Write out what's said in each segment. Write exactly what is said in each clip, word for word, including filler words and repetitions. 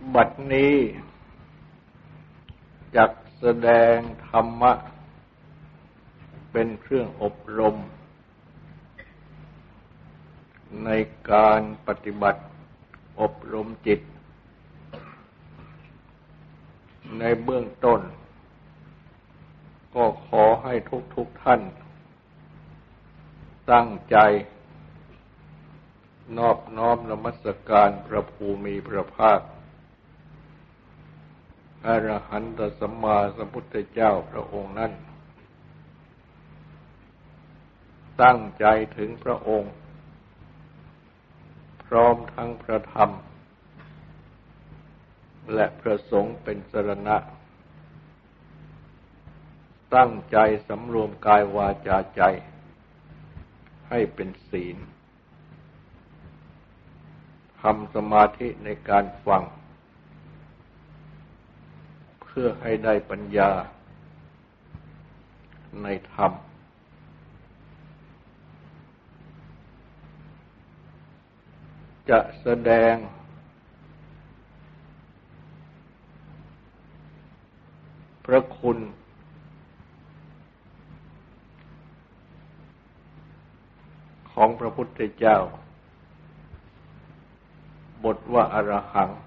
บัดนี้จักแสดงธรรมะเป็นเครื่องอบรมในการปฏิบัติอบรมจิตในเบื้องต้นก็ขอให้ทุกๆท่านตั้งใจนอบน้อมนมัสการพระภูมิพระภาคอรหันตสัมมาสัมพุทธเจ้าพระองค์นั้นตั้งใจถึงพระองค์พร้อมทั้งพระธรรมและพระสงฆ์เป็นสรณะตั้งใจสำรวมกายวาจาใจให้เป็นศีลทำสมาธิในการฟังเพื่อให้ได้ปัญญาในธรรมจะแสดงพระคุณของพระพุทธเจ้าบทว่าอรหัง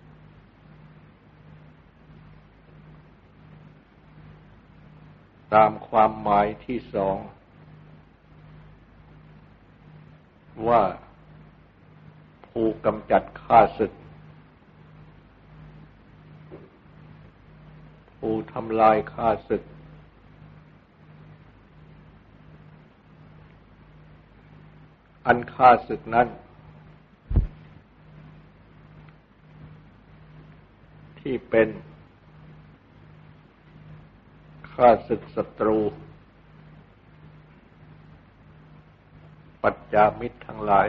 ตามความหมายที่สองว่าผู้กำจัดข้าศึกผู้ทำลายข้าศึกอันข้าศึกนั้นที่เป็นข้าศึกศัตรูปัจจามิตรทั้งหลาย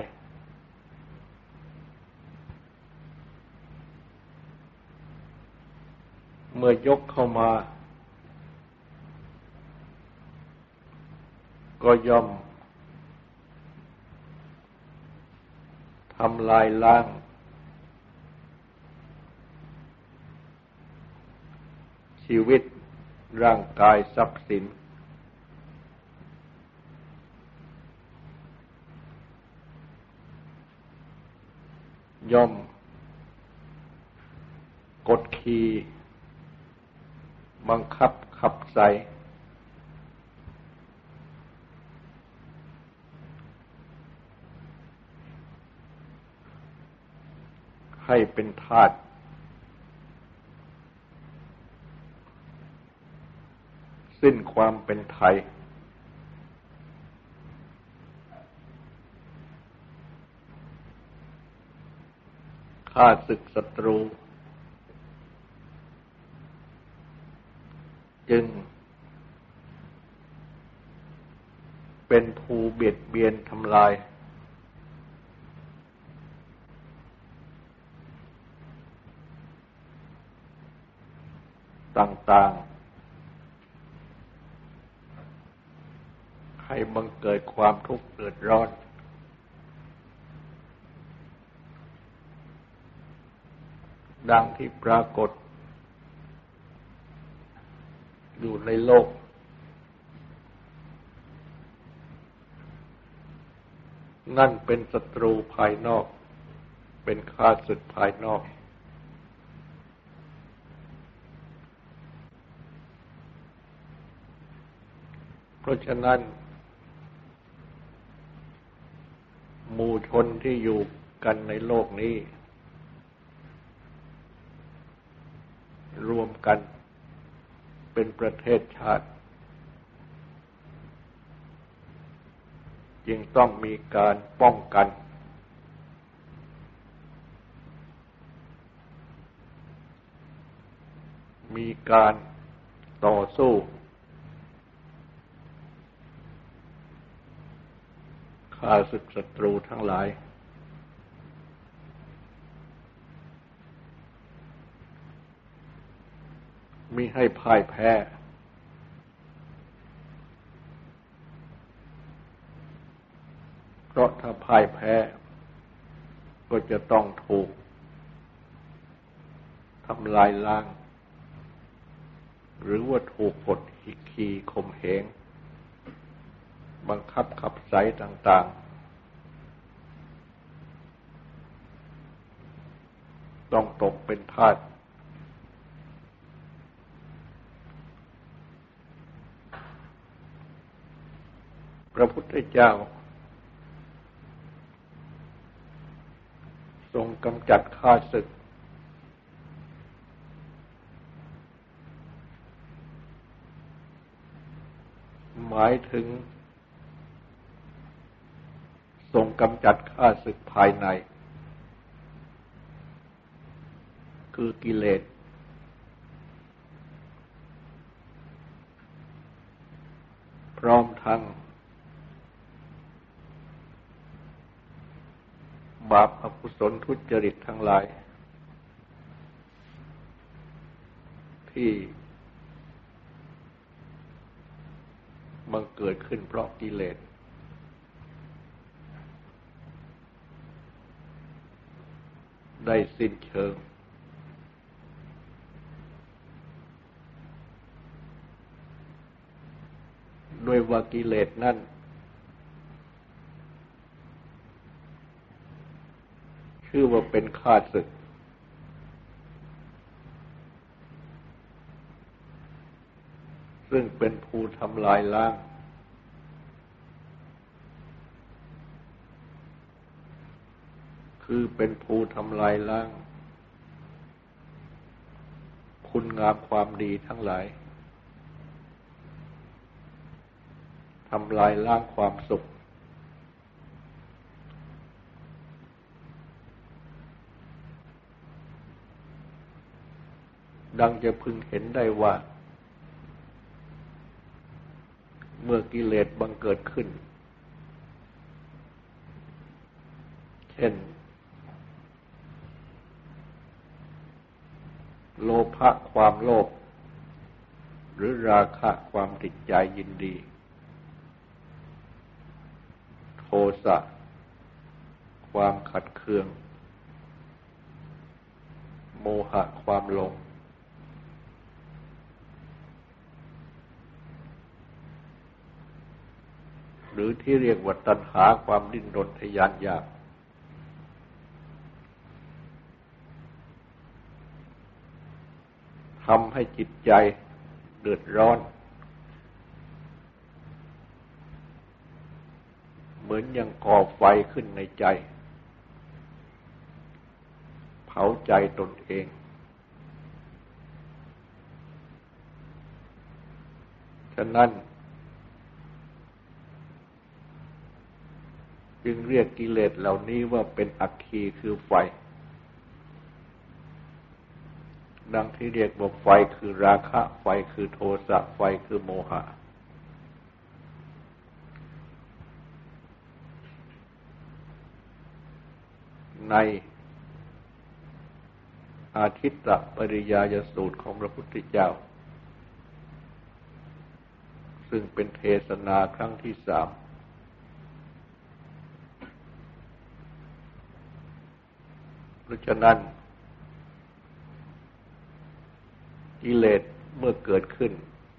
เมื่อยกเข้ามาก็ย่อมทำลายล้างชีวิตร่างกายทรัพย์สินย่อมกดขี่บังคับขับไสให้เป็นทาสสิ้นความเป็นไทยข้าศึกศัตรูจึงเป็นผู้เบียดเบียนทำลายต่างๆให้บังเกิดความทุกข์เดือดร้อนดังที่ปรากฏอยู่ในโลกนั่นเป็นศัตรูภายนอกเป็นข้าศึกภายนอกเพราะฉะนั้นหมู่ชนที่อยู่กันในโลกนี้รวมกันเป็นประเทศชาติจึงต้องมีการป้องกันมีการต่อสู้ข้าศึกศัตรูทั้งหลายมิให้พ่ายแพ้เพราะถ้าพ่ายแพ้ก็จะต้องถูกทำลายล้างหรือว่าถูกกดขี่ข่มเหงบังคับขับไสต่างๆต้องตกเป็นทาสพระพุทธเจ้าทรงกำจัดข้าศึกหมายถึงทรงกำจัดข้าศึกภายในคือกิเลสพร้อมทั้งบาปอกุศลทุจริตทั้งหลายที่บังเกิดขึ้นเพราะกิเลสได้สิ้นเชิงด้วยว่ากิเลสนั้นชื่อว่าเป็นข้าศึกซึ่งเป็นผู้ทำลายล้างคือเป็นผู้ทำลายล้างคุณงามความดีทั้งหลายทำลายล้างความสุขดังจะพึงเห็นได้ว่าเมื่อกิเลสบังเกิดขึ้นเช่นโลภะความโลภหรือราคะความติดใจยินดีโทสะความขัดเคืองโมหะความหลงหรือที่เรียกว่าตัณหาความดิ้นรนทะยานอยากทำให้จิตใจเดือดร้อนเหมือนยังก่อไฟขึ้นในใจเผาใจตนเองฉะนั้นจึงเรียกกิเลสเหล่านี้ว่าเป็นอัคคีคือไฟดังที่เรียกว่าไฟคือราคะไฟคือโทสะไฟคือโมหะในอาทิตตปริยายสูตรของพระพุทธเจ้าซึ่งเป็นเทศนาครั้งที่สามเพราะฉะนั้นกิเลสเมื่อเกิดขึ้น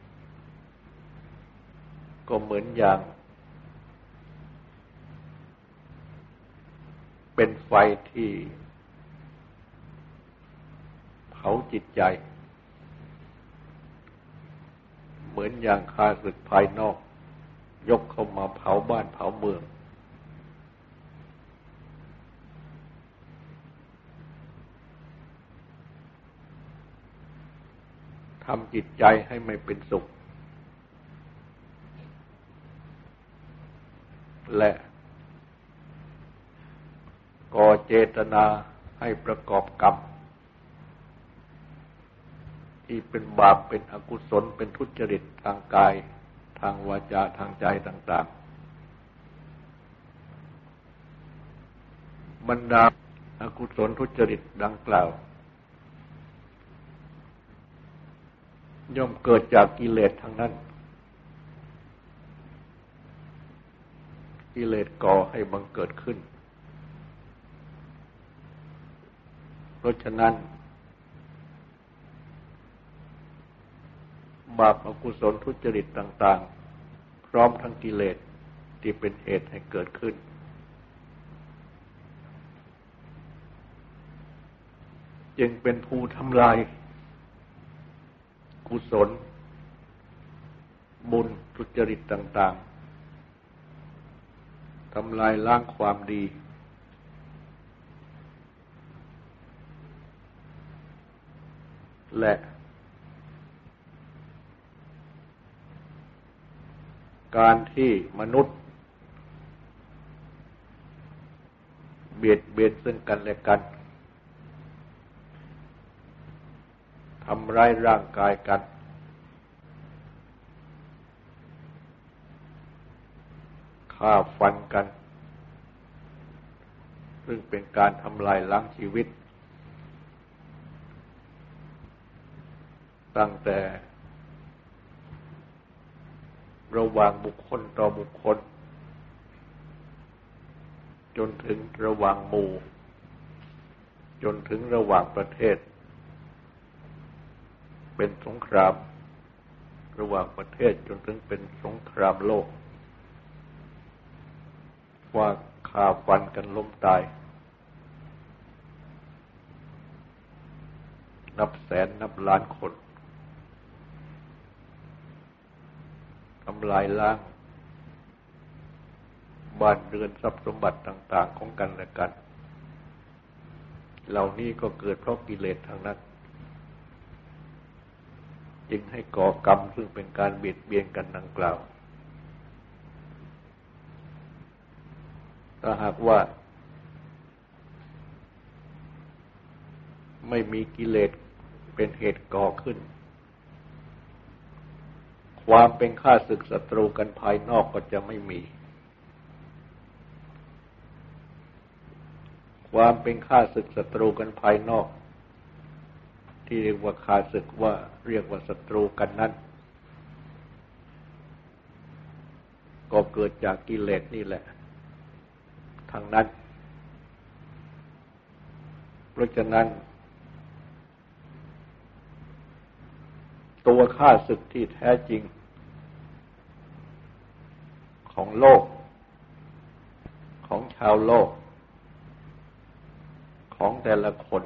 ก็เหมือนอย่างเป็นไฟที่เผาจิตใจเหมือนอย่างข้าศึกภายนอกยกเข้ามาเผาบ้านเผาเมืองทำจิตใจให้ไม่เป็นสุขและก่อเจตนาให้ประกอบกรรมที่เป็นบาปเป็นอกุศลเป็นทุจริตทางกายทางวาจาทางใจต่างๆบรรดาอกุศลทุจริตดังกล่าวย่อมเกิดจากกิเลสทั้งนั้นกิเลสก่อให้บังเกิดขึ้นเพราะฉะนั้นบาปอกุศลทุจริตต่างๆพร้อมทั้งกิเลสที่เป็นเหตุให้เกิดขึ้นจึงเป็นผู้ทำลายกุศลบุญทุจริตต่างๆทำลายล้างความดีและการที่มนุษย์เบียดเบียนซึ่งกันและกันทำร้ายร่างกายกันฆ่าฟันกันซึ่งเป็นการทำลายล้างชีวิตตั้งแต่ระหว่างบุคคลต่อบุคคลจนถึงระหว่างหมู่จนถึงระหว่างประเทศเป็นสงครามระหว่างประเทศจนถึงเป็นสงครามโลกว่าฆ่าฟันกันล้มตายนับแสนนับล้านคนทำลายล้างบ้านเรือนทรัพย์สมบัติต่างๆของกันและกันเหล่านี้ก็เกิดเพราะกิเลสทางนั้นจึงให้ก่อกรรมซึ่งเป็นการเบียดเบียนกันดังกล่าวถ้าหากว่าไม่มีกิเลสเป็นเหตุก่อขึ้นความเป็นข้าศึกศัตรูกันภายนอกก็จะไม่มีความเป็นข้าศึกศัตรูกันภายนอกที่เรียกว่าข้าศึกว่าเรียกว่าศัตรูกันนั้นก็เกิดจากกิเลสนี่แหละทั้งนั้นเพราะฉะนั้นตัวข้าศึกที่แท้จริงของโลกของชาวโลกของแต่ละคน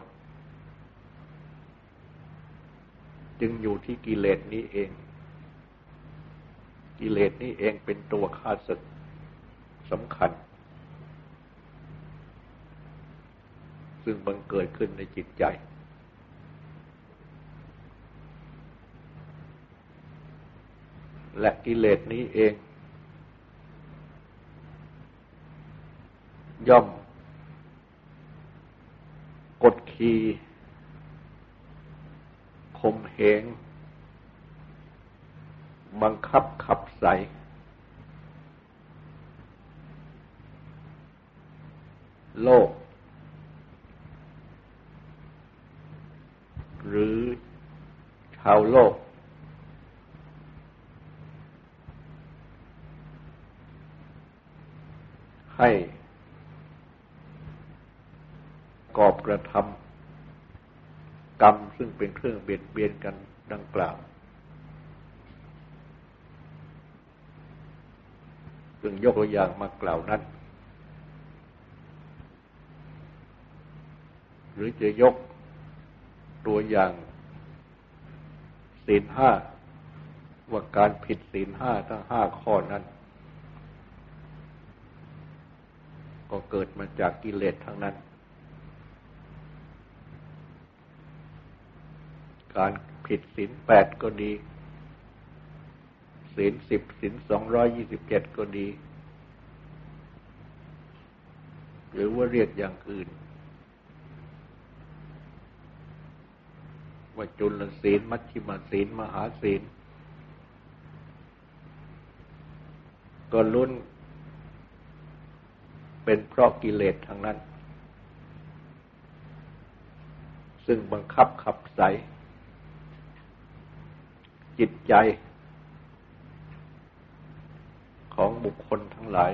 จึงอยู่ที่กิเลสนี้เองกิเลสนี้เองเป็นตัวข้าศึกสำคัญซึ่งบังเกิดขึ้นในจิตใจและกิเลสนี้เองย่อมกดขี่ข่มเหงบังคับขับไสโลกหรือชาวโลกให้กอบกระทำกรรมซึ่งเป็นเครื่องเบียดเบียนกันดังกล่าวซึ่งยกตัวอย่างมากล่าวนั้นหรือจะยกตัวอย่างศีลห้าว่าการผิดศีลห้าทั้งห้าข้อนั้นก็เกิดมาจากกิเลสทั้งนั้นการผิดศีลแปดก็ดีศีลสิบศีลสองร้อยยี่สิบเจ็ดก็ดีหรือว่าเรียกอย่างอื่นว่าจุลศีลมัชฌิมศีลมหาศีลก็ล้วนเป็นเพราะกิเลสทั้งนั้นซึ่งบังคับขับไสจิตใจของบุคคลทั้งหลาย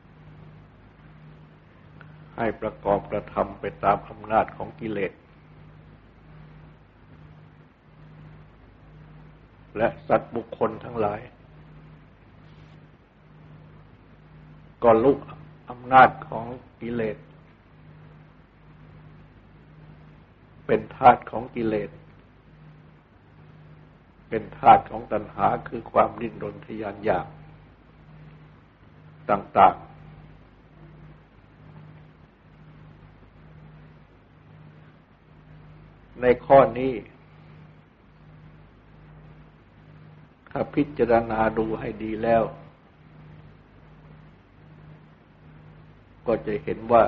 ให้ประกอบกระทำไปตามอำนาจของกิเลสและสัตว์บุคคลทั้งหลายก็ลุกอำนาจของกิเลสเป็นทาสของกิเลสเป็นทาสของตัณหาคือความดิ้นรนทะยานอยากต่างๆในข้อนี้ถ้าพิจารณาดูให้ดีแล้วก็จะเห็นว่า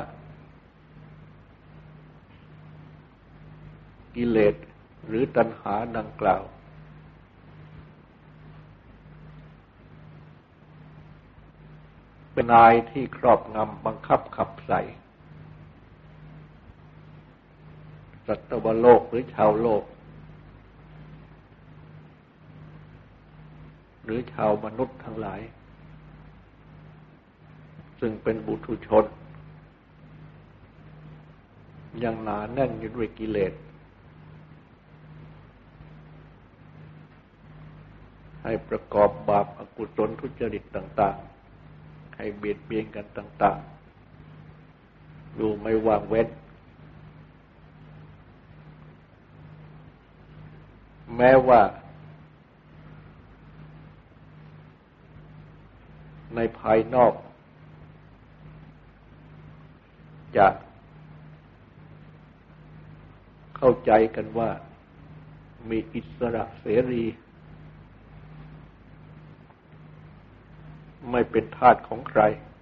กิเลสหรือตัณหาดังกล่าวเป็นนายที่ครอบงำบังคับขับไสสัตวโลกหรือชาวโลกหรือชาวมนุษย์ทั้งหลายซึ่งเป็นบุถุชนยังหนาแน่นอยู่ด้วยกิเลสให้ประกอบบาปอกุศลทุจริตต่างๆให้เบียดเบียนกันต่างๆดูไม่ว่างเว้นแม้ว่าในภายนอกจะเข้าใจกันว่ามีอิสระเสรีไม่เป็นทาสของใคร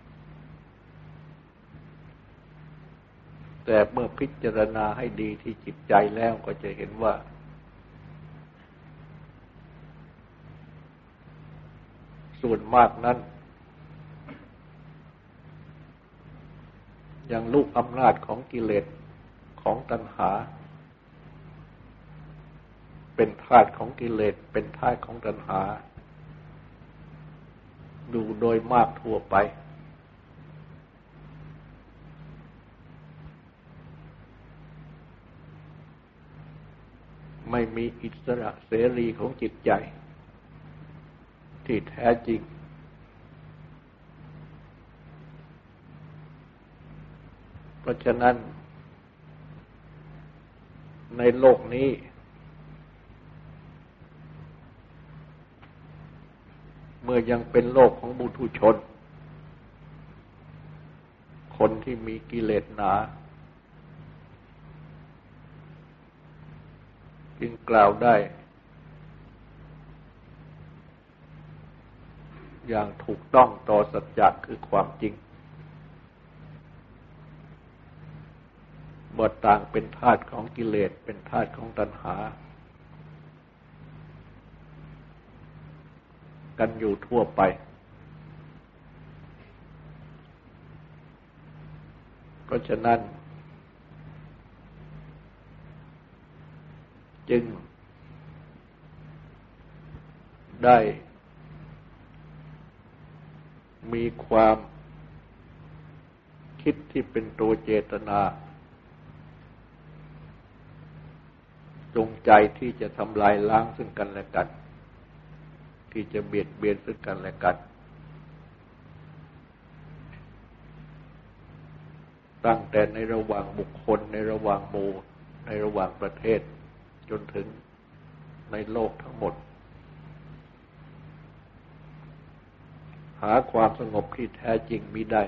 แต่เมื่อพิจารณาให้ดีที่จิตใจแล้วก็จะเห็นว่าส่วนมากนั้นยังลูกอำนาจของกิเลสของตัณหาเป็นทาสของกิเลสเป็นทาสของตัณหาดูโดยมากทั่วไปไม่มีอิสระเสรีของจิตใจที่แท้จริงเพราะฉะนั้นในโลกนี้เมื่อยังเป็นโลกของบุถุชนคนที่มีกิเลสหนาจึงกล่าวได้อย่างถูกต้องต่อสัจจะคือความจริงว่าต่างเป็นทาสของกิเลสเป็นทาสของตัณหากันอยู่ทั่วไปเพราะฉะนั้นจึงได้มีความคิดที่เป็นตัวเจตนาจงใจที่จะทำลายล้างซึ่งกันและกันที่จะเบียดเบียนซึ่งกันและกันตั้งแต่ในระหว่างบุคคลในระหว่างหมู่ในระหว่างประเทศจนถึงในโลกทั้งหมดหาความสงบที่แท้จริงมิได้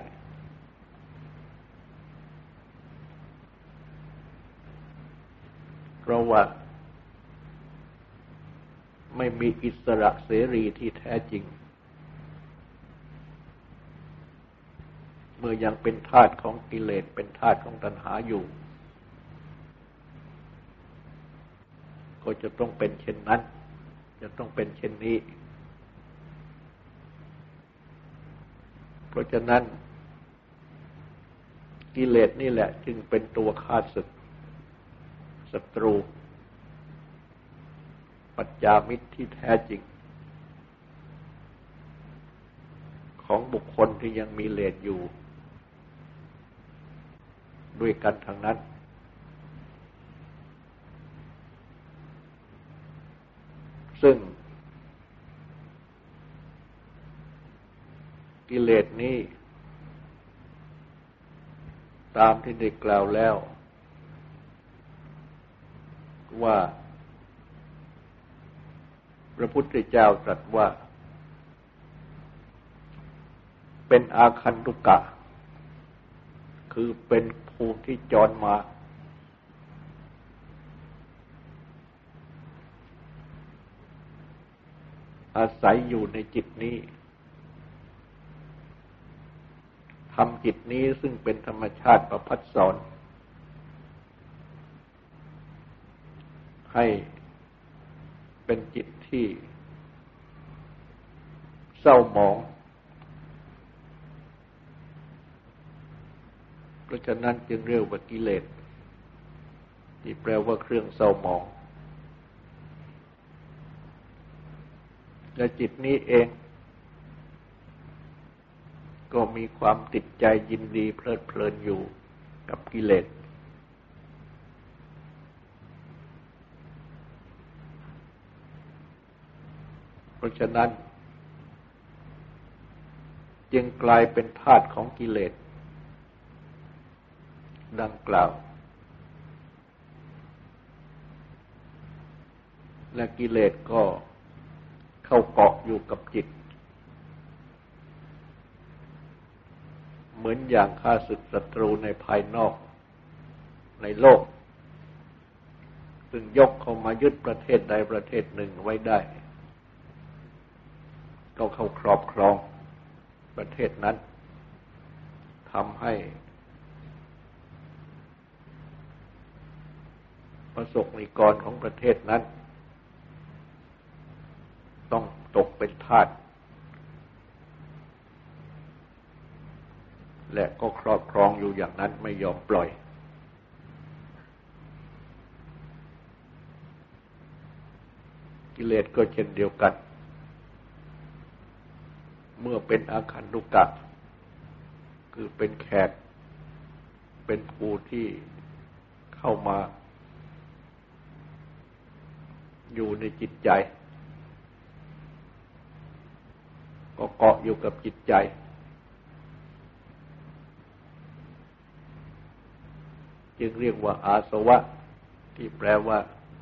เพราะว่าไม่มีอิสระเสรีที่แท้จริงเมื่อยังเป็นทาสของกิเลสเป็นทาสของตัณหาอยู่ก็จะต้องเป็นเช่นนั้นจะต้องเป็นเช่นนี้เพราะฉะนั้นกิเลสนี่แหละจึงเป็นตัวฆ่าศึกศัตรูปัจจามิตรที่แท้จริงของบุคคลที่ยังมีเลสอยู่ด้วยกันทั้งนั้นซึ่งกิเลสนี้ตามที่ได้กล่าวแล้วว่าพระพุทธเจ้าตรัสว่าเป็นอาคันตุกะคือเป็นภูมิที่จรมาอาศัยอยู่ในจิตนี้ทำจิตนี้ซึ่งเป็นธรรมชาติประพัดสอนให้เป็นจิตที่เศร้าหมองเพราะฉะนั้นจึงเรียกว่ากิเลสที่แปลว่าเครื่องเศร้าหมองและจิตนี้เองก็มีความติดใจยินดีเพลิดเพลินอยู่กับกิเลสเพราะฉะนั้นจึงกลายเป็นธาตุของกิเลสดังกล่าวและกิเลสก็เข้าเกาะอยู่กับจิตเหมือนอย่างข้าศึกศัตรูในภายนอกในโลกซึ่งยกเข้ามายึดประเทศใดประเทศหนึ่งไว้ได้ก็เข้าครอบครองประเทศนั้นทำให้ประสบนิกรของประเทศนั้นต้องตกเป็นทาสและก็ครอบครองอยู่อย่างนั้นไม่ยอมปล่อยกิเลสก็เช่นเดียวกันเมื่อเป็นอาคันตุกะคือเป็นแขกเป็นผู้ที่เข้ามาอยู่ในจิตใจก็เกาะอยู่กับจิตใจจึงเรียกว่าอาสวะที่แปลว่า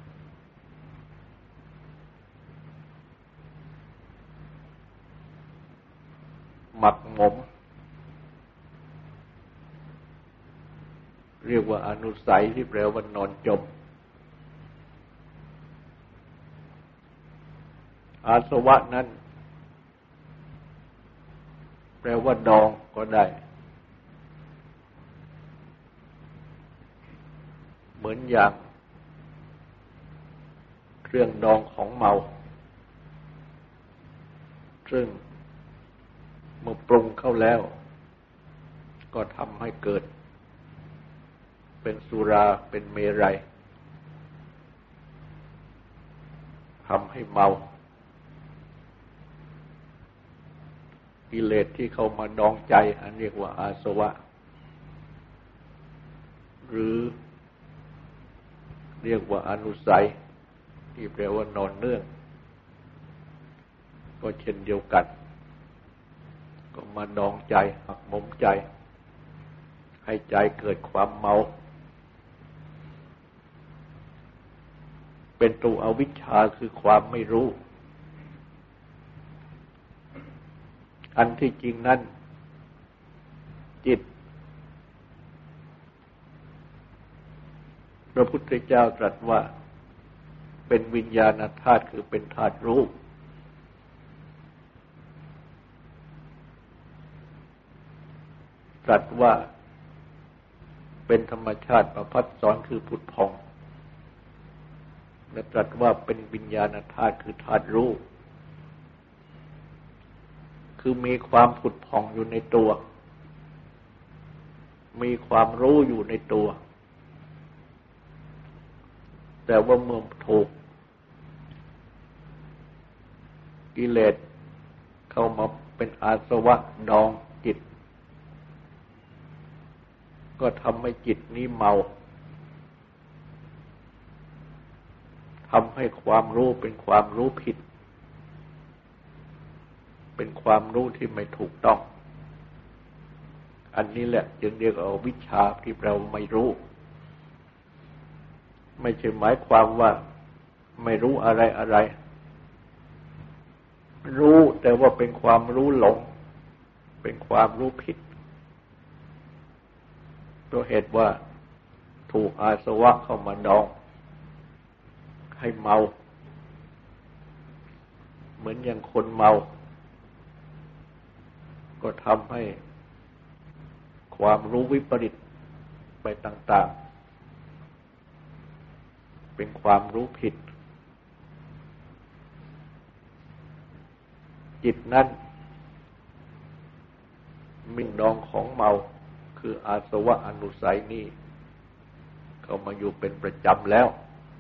หมักหมมเรียกว่าอนุสัยที่แปลว่านอนจมอาสวะนั้นแปลว่าดองก็ได้เหมือนอย่างเครื่องดองของเมาซึ่งเมื่อปรุงเข้าแล้วก็ทำให้เกิดเป็นสุราเป็นเมรัยทำให้เมากิเลสที่เข้ามาดองใจอันเรียกว่าอาสวะหรือเรียกว่าอนุสัยที่แปลว่านอนเนื่องก็เช่นเดียวกันก็มาดองใจหักหมมใจให้ใจเกิดความเมาเป็นตัวอวิชชาคือความไม่รู้อันที่จริงนั้นจิตพระพุทธเจ้าตรัสว่าเป็นวิญญาณธาตุคือเป็นธาตุรู้ตรัสว่าเป็นธรรมชาติประพัดสอนคือผุดผ่องและตรัสว่าเป็นวิญญาณธาตุคือธาตุรู้คือมีความผุดผ่องอยู่ในตัวมีความรู้อยู่ในตัวแต่ว่าเมื่อถูกกิเลสเข้ามาเป็นอาสวะดองจิตก็ทำให้จิตนี้เมาทำให้ความรู้เป็นความรู้ผิดเป็นความรู้ที่ไม่ถูกต้องอันนี้แหละจึงเรียกว่าวิชชาที่เราไม่รู้ไม่ใช่หมายความว่าไม่รู้อะไรอะไรรู้แต่ว่าเป็นความรู้หลงเป็นความรู้ผิดเพราะเหตุว่าถูกอาสวะเข้ามาดองให้เมาเหมือนอย่างคนเมาก็ทำให้ความรู้วิปริตไปต่างๆเป็นความรู้ผิดจิตนั้นมิ่งดองของเมาคืออาสวะอนุสัยนี้เข้ามาอยู่เป็นประจำแล้ว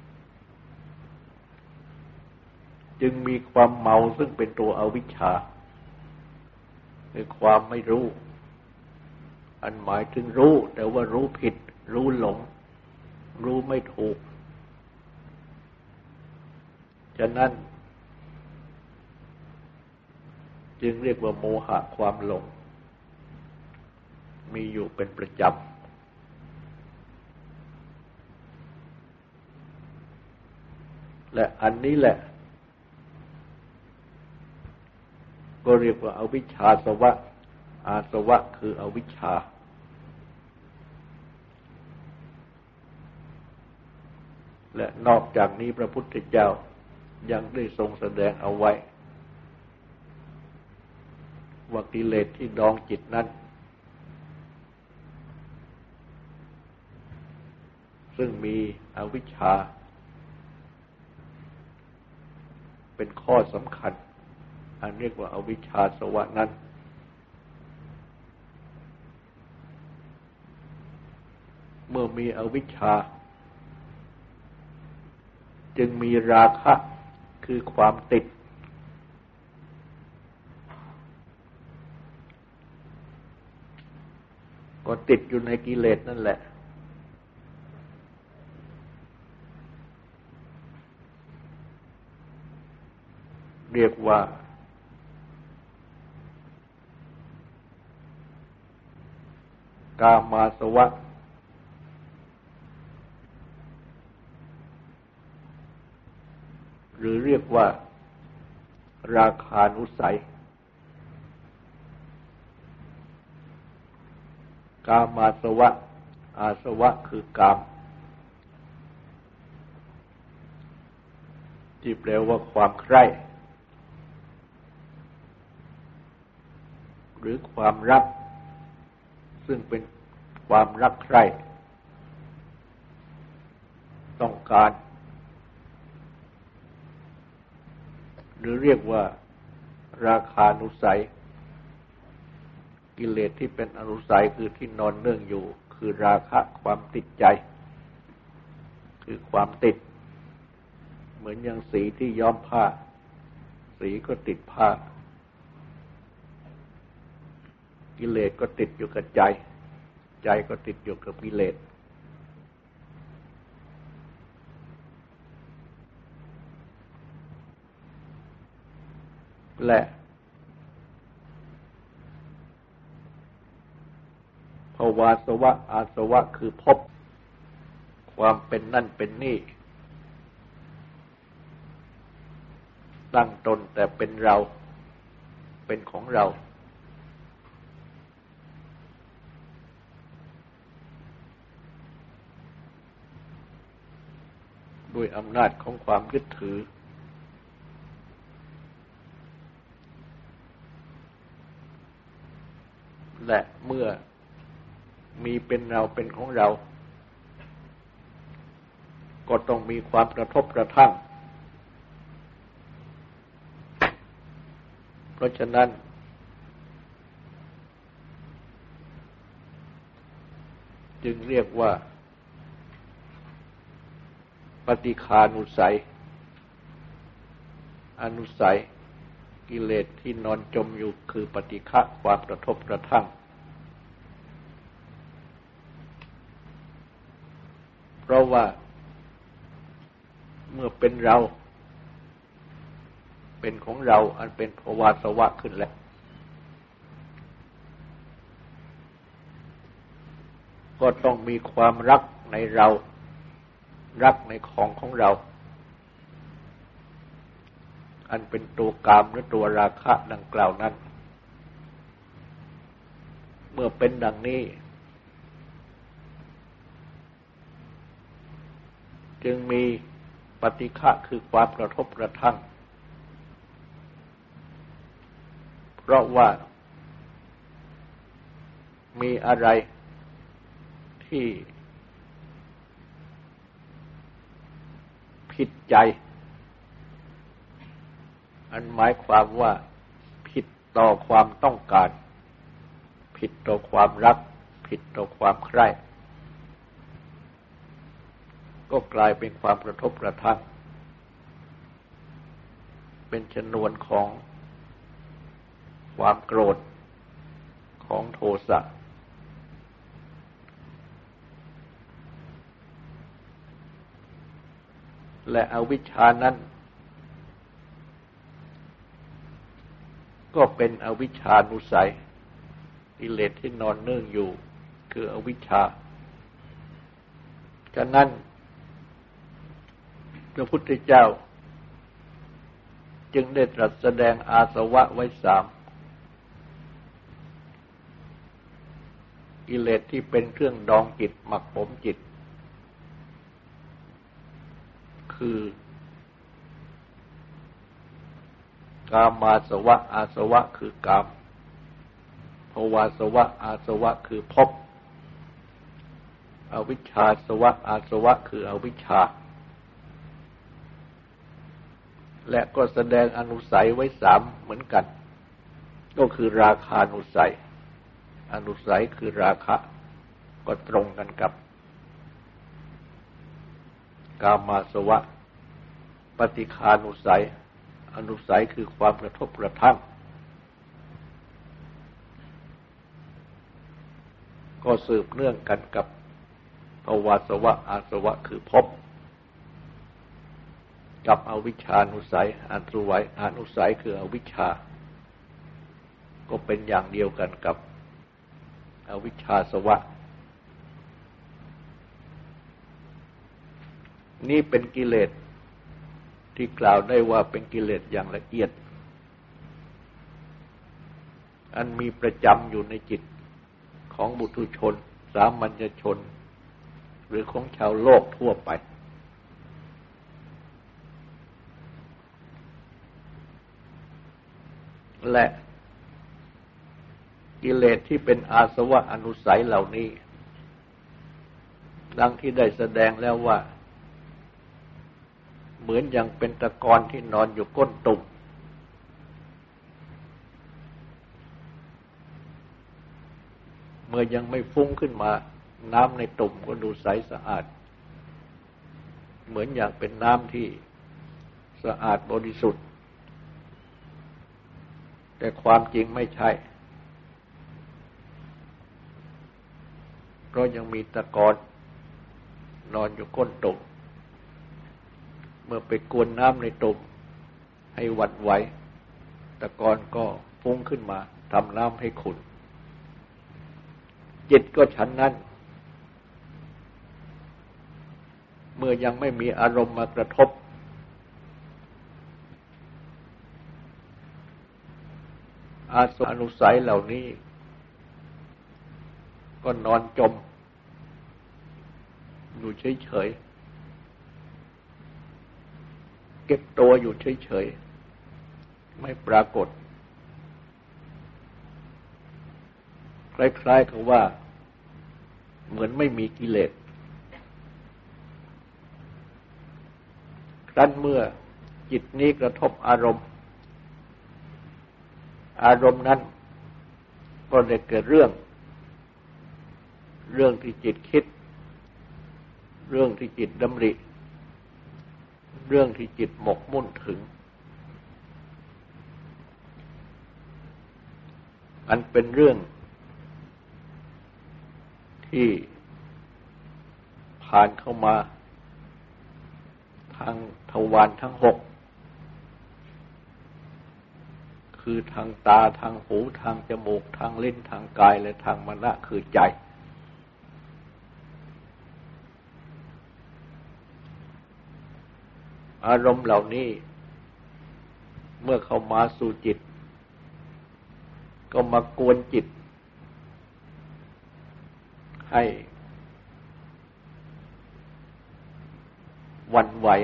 จึงมีความเมาซึ่งเป็นตัวอวิชชาคือความไม่รู้อันหมายถึงรู้แต่ว่ารู้ผิดรู้หลงรู้ไม่ถูกฉะนั้นจึงเรียกว่าโมหะความหลงมีอยู่เป็นประจำและอันนี้แหละก็เรียกว่าอวิชชาสวะอาสวะคืออวิชชาและนอกจากนี้พระพุทธเจ้ายังได้ทรงแสดงเอาไว้ว่ากิเลสที่ดองจิตนั้นซึ่งมีอวิชชาเป็นข้อสำคัญอันเรียกว่าอวิชชาสวะนั้นเมื่อมีอวิชชาจึงมีราคะคือความติดก็ติดอยู่ในกิเลสนั่นแหละเรียกว่ากามาสวะหรือเรียกว่าราคานุสัยกามาสวะอาสวะคือกามที่แปลว่าความใคร่หรือความรักซึ่งเป็นความรักใคร่ต้องการหรือเรียกว่าราคานุสัยกิเลสที่เป็นอนุสัยคือที่นอนเนื่องอยู่คือราคะความติดใจคือความติดเหมือนอย่างสีที่ย้อมผ้าสีก็ติดผ้ากิเลสก็ติดอยู่กับใจใจก็ติดอยู่กับกิเลสและภวาสวะอาสวะคือภพความเป็นนั่นเป็นนี่ตั้งตนแต่เป็นเราเป็นของเราด้วยอำนาจของความยึดถือและเมื่อมีเป็นเราเป็นของเราก็ต้องมีความกระทบกระทั่งเพราะฉะนั้นจึงเรียกว่าปฏิฆานุสัยอนุสัยกิเลสที่นอนจมอยู่คือปฏิฆะความกระทบกระทั่งเพราะว่าเมื่อเป็นเราเป็นของเราอันเป็นภวาสวะขึ้นแล้วก็ต้องมีความรักในเรารักในของของเราอันเป็นตัวกามหรือตัวราคะดังกล่าวนั้นเมื่อเป็นดังนี้จึงมีปฏิฆะคือความกระทบกระทั่งเพราะว่ามีอะไรที่ผิดใจอันหมายความว่าผิดต่อความต้องการผิดต่อความรักผิดต่อความใคร่ก็กลายเป็นความกระทบกระทั่งเป็นชนวนของความโกรธของโทสะและอวิชชานั้นก็เป็นอวิชชานุสัยกิเลสที่นอนเนื่องอยู่คืออวิชชาฉะนั้นพระพุทธเจ้าจึงได้ตรัสแสดงอาสวะไว้สามกิเลสที่เป็นเครื่องดองจิตหมักหมมจิตคือกามาสวะอาสวะคือกามภวาสวะอาสวะคือภพอวิชชาสวะอาสวะคืออวิชชาและก็แสดงอนุสัยไว้สามเหมือนกันก็คือราคานุสัยอนุสัยคือราคะก็ตรงกันกับกามาสวะปฏิฆานุสัยอนุสัยคือความกระทบกระทั่งก็สืบเนื่องกันกับภวาสวะอาสวะคือภพกับอวิชชานุสัยอนุสัยอนุสัยคืออวิชชาก็เป็นอย่างเดียวกันกับอวิชชาสวะนี่เป็นกิเลสที่กล่าวได้ว่าเป็นกิเลสอย่างละเอียดอันมีประจำอยู่ในจิตของบุถุชนสามัญชนหรือของชาวโลกทั่วไปและกิเลสที่เป็นอาสวะอนุสัยเหล่านี้ดังที่ได้แสดงแล้วว่าเหมือนอย่างเป็นตะกอนที่นอนอยู่ก้นตุ่มเมื่อยังไม่ฟุ้งขึ้นมาน้ำในตุ่มก็ดูใสสะอาดเหมือนอย่างเป็นน้ำที่สะอาดบริสุทธิ์แต่ความจริงไม่ใช่เพราะยังมีตะกอนนอนอยู่ก้นตุ่มเมื่อไปกวนน้ำในตุ่มให้หวั่นไหวตะกอนก็ฟุ้งขึ้นมาทำน้ำให้ขุ่นจิตก็ฉันนั้นเมื่อยังไม่มีอารมณ์มากระทบอาสวะอนุสัยเหล่านี้ก็นอนจมอยู่เฉยๆเก็บตัวอยู่เฉยๆไม่ปรากฏคล้ายๆกับว่าเหมือนไม่มีกิเลสครั้นเมื่อจิตนี้กระทบอารมณ์อารมณ์นั้นก็ได้เกิดเรื่องเรื่องที่จิตคิดเรื่องที่จิตดำริเรื่องที่จิตหมกมุ่นถึงอันเป็นเรื่องที่ผ่านเข้ามาทางทวารทั้งหกคือทางตาทางหูทางจมูกทางลิ้นทางกายและทางมนะคือใจอารมณ์เหล่านี้เมื่อเข้ามาสู่จิตก็มากวนจิตให้หวั่นไหว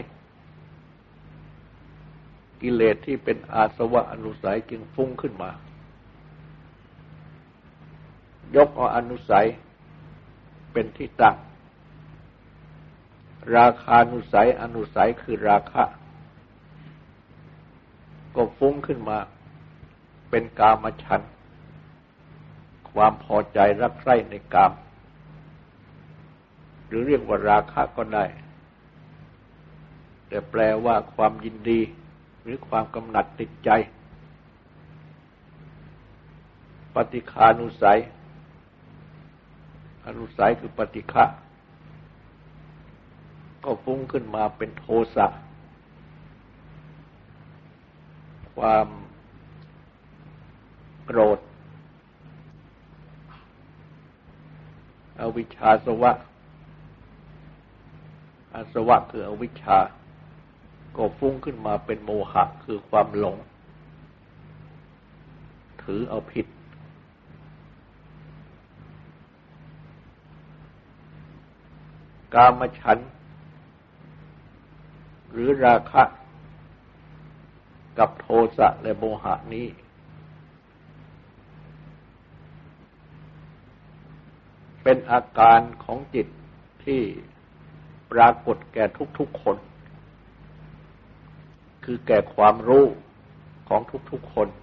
กิเลสที่เป็นอาสวะอนุสัยจึงฟุ้งขึ้นมายกเอาอนุสัยเป็นที่ตั้งราคานุสัยอนุสัยคือราคะก็ฟุ้งขึ้นมาเป็นกามฉันท์ความพอใจรักใคร่ในกามหรือเรียกว่าราคะก็ได้แต่แปลว่าความยินดีหรือความกำหนัดติดใจปฏิฆานุสัยอนุสัยคือปฏิฆะก็ฟุ้งขึ้นมาเป็นโทสะความโกรธอวิชชาสวะอาสวะคืออวิชชาก็ฟุ้งขึ้นมาเป็นโมหะคือความหลงถือเอาผิดกามฉันท์หรือราคะกับโทสะและโมหะนี้เป็นอาการของจิตที่ปรากฏแก่ทุกๆคนคือแก่ความรู้ของทุกๆคน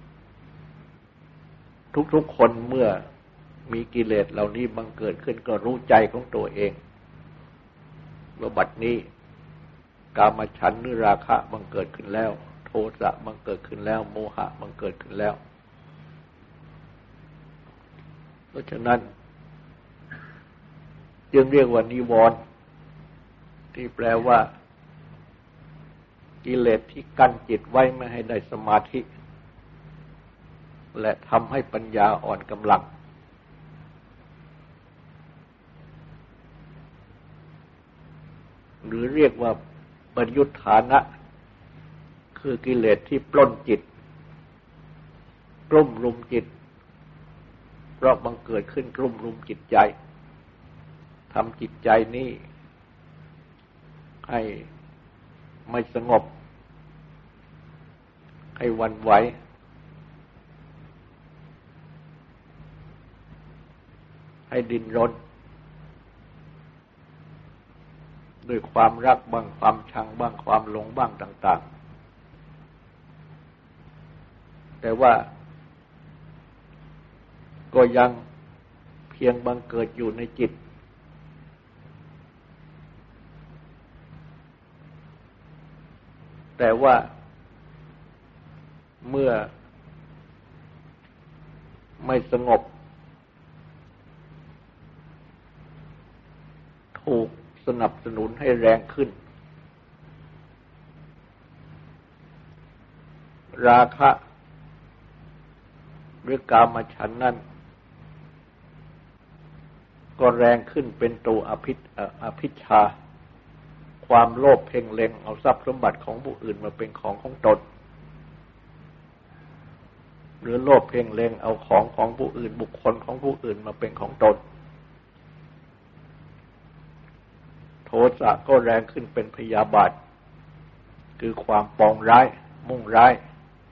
ทุกๆคนเมื่อมีกิเลสเหล่านี้บังเกิดขึ้นก็รู้ใจของตัวเองว่าบัดนี้กามฉันท์หรือราคะบังเกิดขึ้นแล้วโทสะบังเกิดขึ้นแล้วโมหะบังเกิดขึ้นแล้วเพราะฉะนั้นจึงเรียกว่านิวรณ์ที่แปลว่ากิเลสที่กั้นจิตไว้ไม่ให้ได้สมาธิและทำให้ปัญญาอ่อนกำลังหรือเรียกว่าปริยุทธานะคือกิเลสที่ปล้นจิตกลุ่มรุมจิตเพราะบังเกิดขึ้นกลุ่มรุมจิตใจทำจิตใจนี้ให้ไม่สงบให้หวั่นไหวให้ดิ้นรนด้วยความรักบ้างความชังบ้างความหลงบ้างต่างๆแต่ว่าก็ยังเพียงบังเกิดอยู่ในจิตแต่ว่าเมื่อไม่สงบถูกสนับสนุนให้แรงขึ้นราคะหรือกามฉันท์นั้นก็แรงขึ้นเป็นตัวอภิอภิชฌาความโลภเพ่งเล็งเอาทรัพย์สมบัติของผู้อื่นมาเป็นของของตนหรือโลภเพ่งเล็งเอาของของผู้อื่นบุคคลของผู้อื่นมาเป็นของตนโทสะก็แรงขึ้นเป็นพยาบาทคือความปองร้ายมุ่งร้าย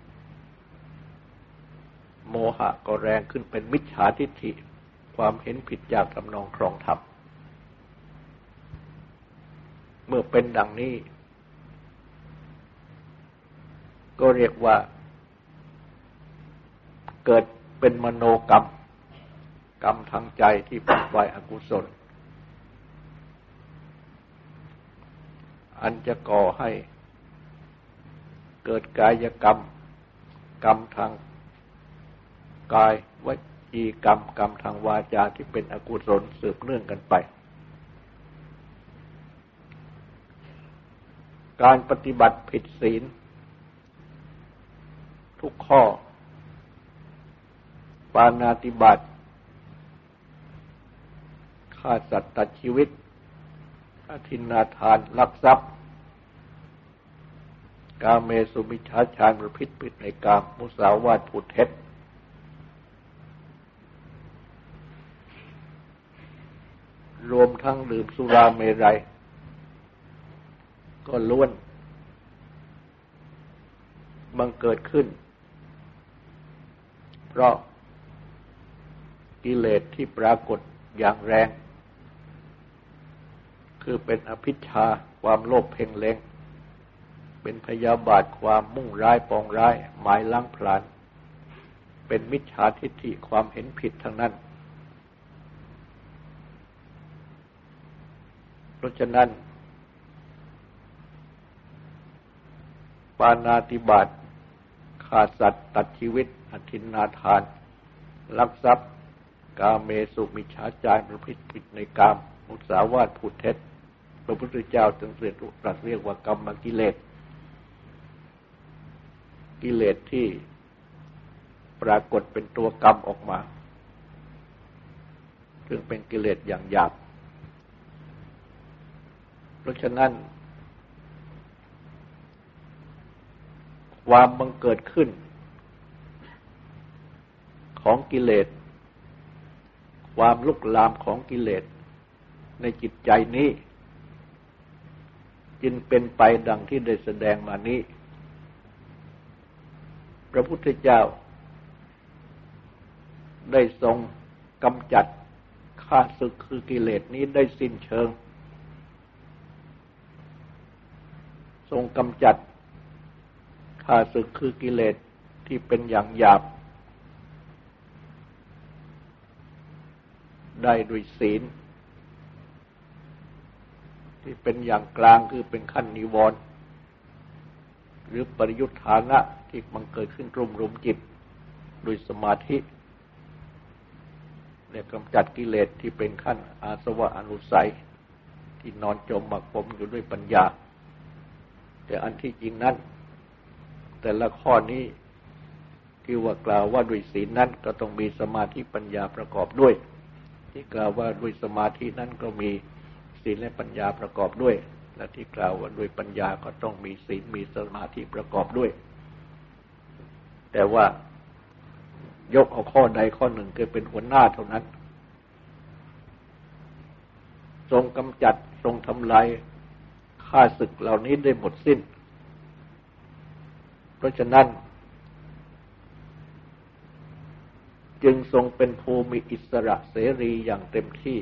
โมหะก็แรงขึ้นเป็นมิจฉาทิฏฐิความเห็นผิดจากทำนองครองธรรมเมื่อเป็นดังนี้ก็เรียกว่าเกิดเป็นมโนกรรมกรรมทางใจที่เป็นฝ่ายอกุศลอันจะก่อให้เกิดกายกรรมกรรมทางกายวจีกรรมกรรมทางวาจาที่เป็นอกุศลสืบเนื่องกันไปการปฏิบัติผิดศีลทุกข้อปาณาติบาตฆ่าสัตว์ตัดชีวิตอทินนาทานลักทรัพย์กาเมสุมิจฉาฌานประพฤติผิดในกามมุสาวาทพูดเท็จรวมทั้งดื่มสุราเมรัยก็ล้วนบังเกิดขึ้นเพราะกิเลสที่ปรากฏอย่างแรงคือเป็นอภิชฌาความโลภเพ่งเล็งเป็นพยาบาทความมุ่งร้ายปองร้ายหมายล้างผลาญเป็นมิจฉาทิฏฐิความเห็นผิดทั้งนั้นเพราะฉะนั้นปาณาติบาตฆ่าสัตว์ตัดชีวิตอทินนาทานลักทรัพย์กาเมสุมิจฉาจารประพฤติผิดในกามมุสาวาทพูดเท็จพระพุทธเจ้าจึงเตรัสเรียกว่ากรรมกิเลสกิเลสที่ปรากฏเป็นตัวกรรมออกมาซึ่งเป็นกิเลสอย่างหยาบเพราะฉะนั้นความบังเกิดขึ้นของกิเลสความลุกลามของกิเลสในจิตใจนี้จึงเป็นไปดังที่ได้แสดงมานี้พระพุทธเจ้าได้ทรงกำจัดข้าศึกคือกิเลสนี้ได้สิ้นเชิงทรงกำจัดข้าศึกคือกิเลสที่เป็นอย่างหยาบได้ด้วยศีลที่เป็นอย่างกลางคือเป็นขั้นนิวรณ์หรือปริยุทธานะที่มันเกิดขึ้นรุมรุมจิตด้วยสมาธิเนี่ยกำจัดกิเลสที่เป็นขั้นอาสวะอนุสัยที่นอนจมหมักหมมอยู่ด้วยปัญญาแต่อันที่จริงนั้นแต่ละข้อนี้ที่ว่ากล่าวว่าด้วยศีลนั้นก็ต้องมีสมาธิปัญญาประกอบด้วยที่กล่าวว่าด้วยสมาธินั้นก็มีศีลและปัญญาประกอบด้วยและที่กล่าวว่าด้วยปัญญาก็ต้องมีศีลมีสมาธิประกอบด้วยแต่ว่ายกเอาข้อใดข้อหนึ่งคือเป็นหัวหน้าเท่านั้นทรงกำจัดทรงทำลายข้าศึกเหล่านี้ได้หมดสิ้นเพราะฉะนั้นจึงทรงเป็นภูมิอิสระเสรีอย่างเต็มที่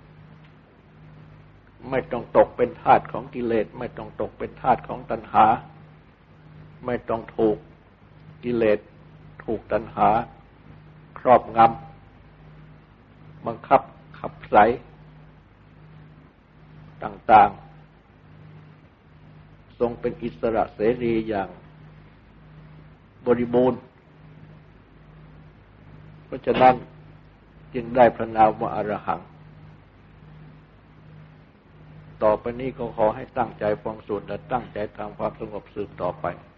ไม่ต้องตกเป็นทาสของกิเลสไม่ต้องตกเป็นทาสของตัณหาไม่ต้องถูกกิเลสถูกตัณหาครอบงำบังคับขับไสต่างๆทรงเป็นอิสระเสรีอย่างบริบูรณ์เพราะฉะนั้นจึงได้พระนามว่าอรหังต่อไปนี้ก็ขอให้ตั้งใจฟังสวดและตั้งใจทำความสงบสืบต่อไป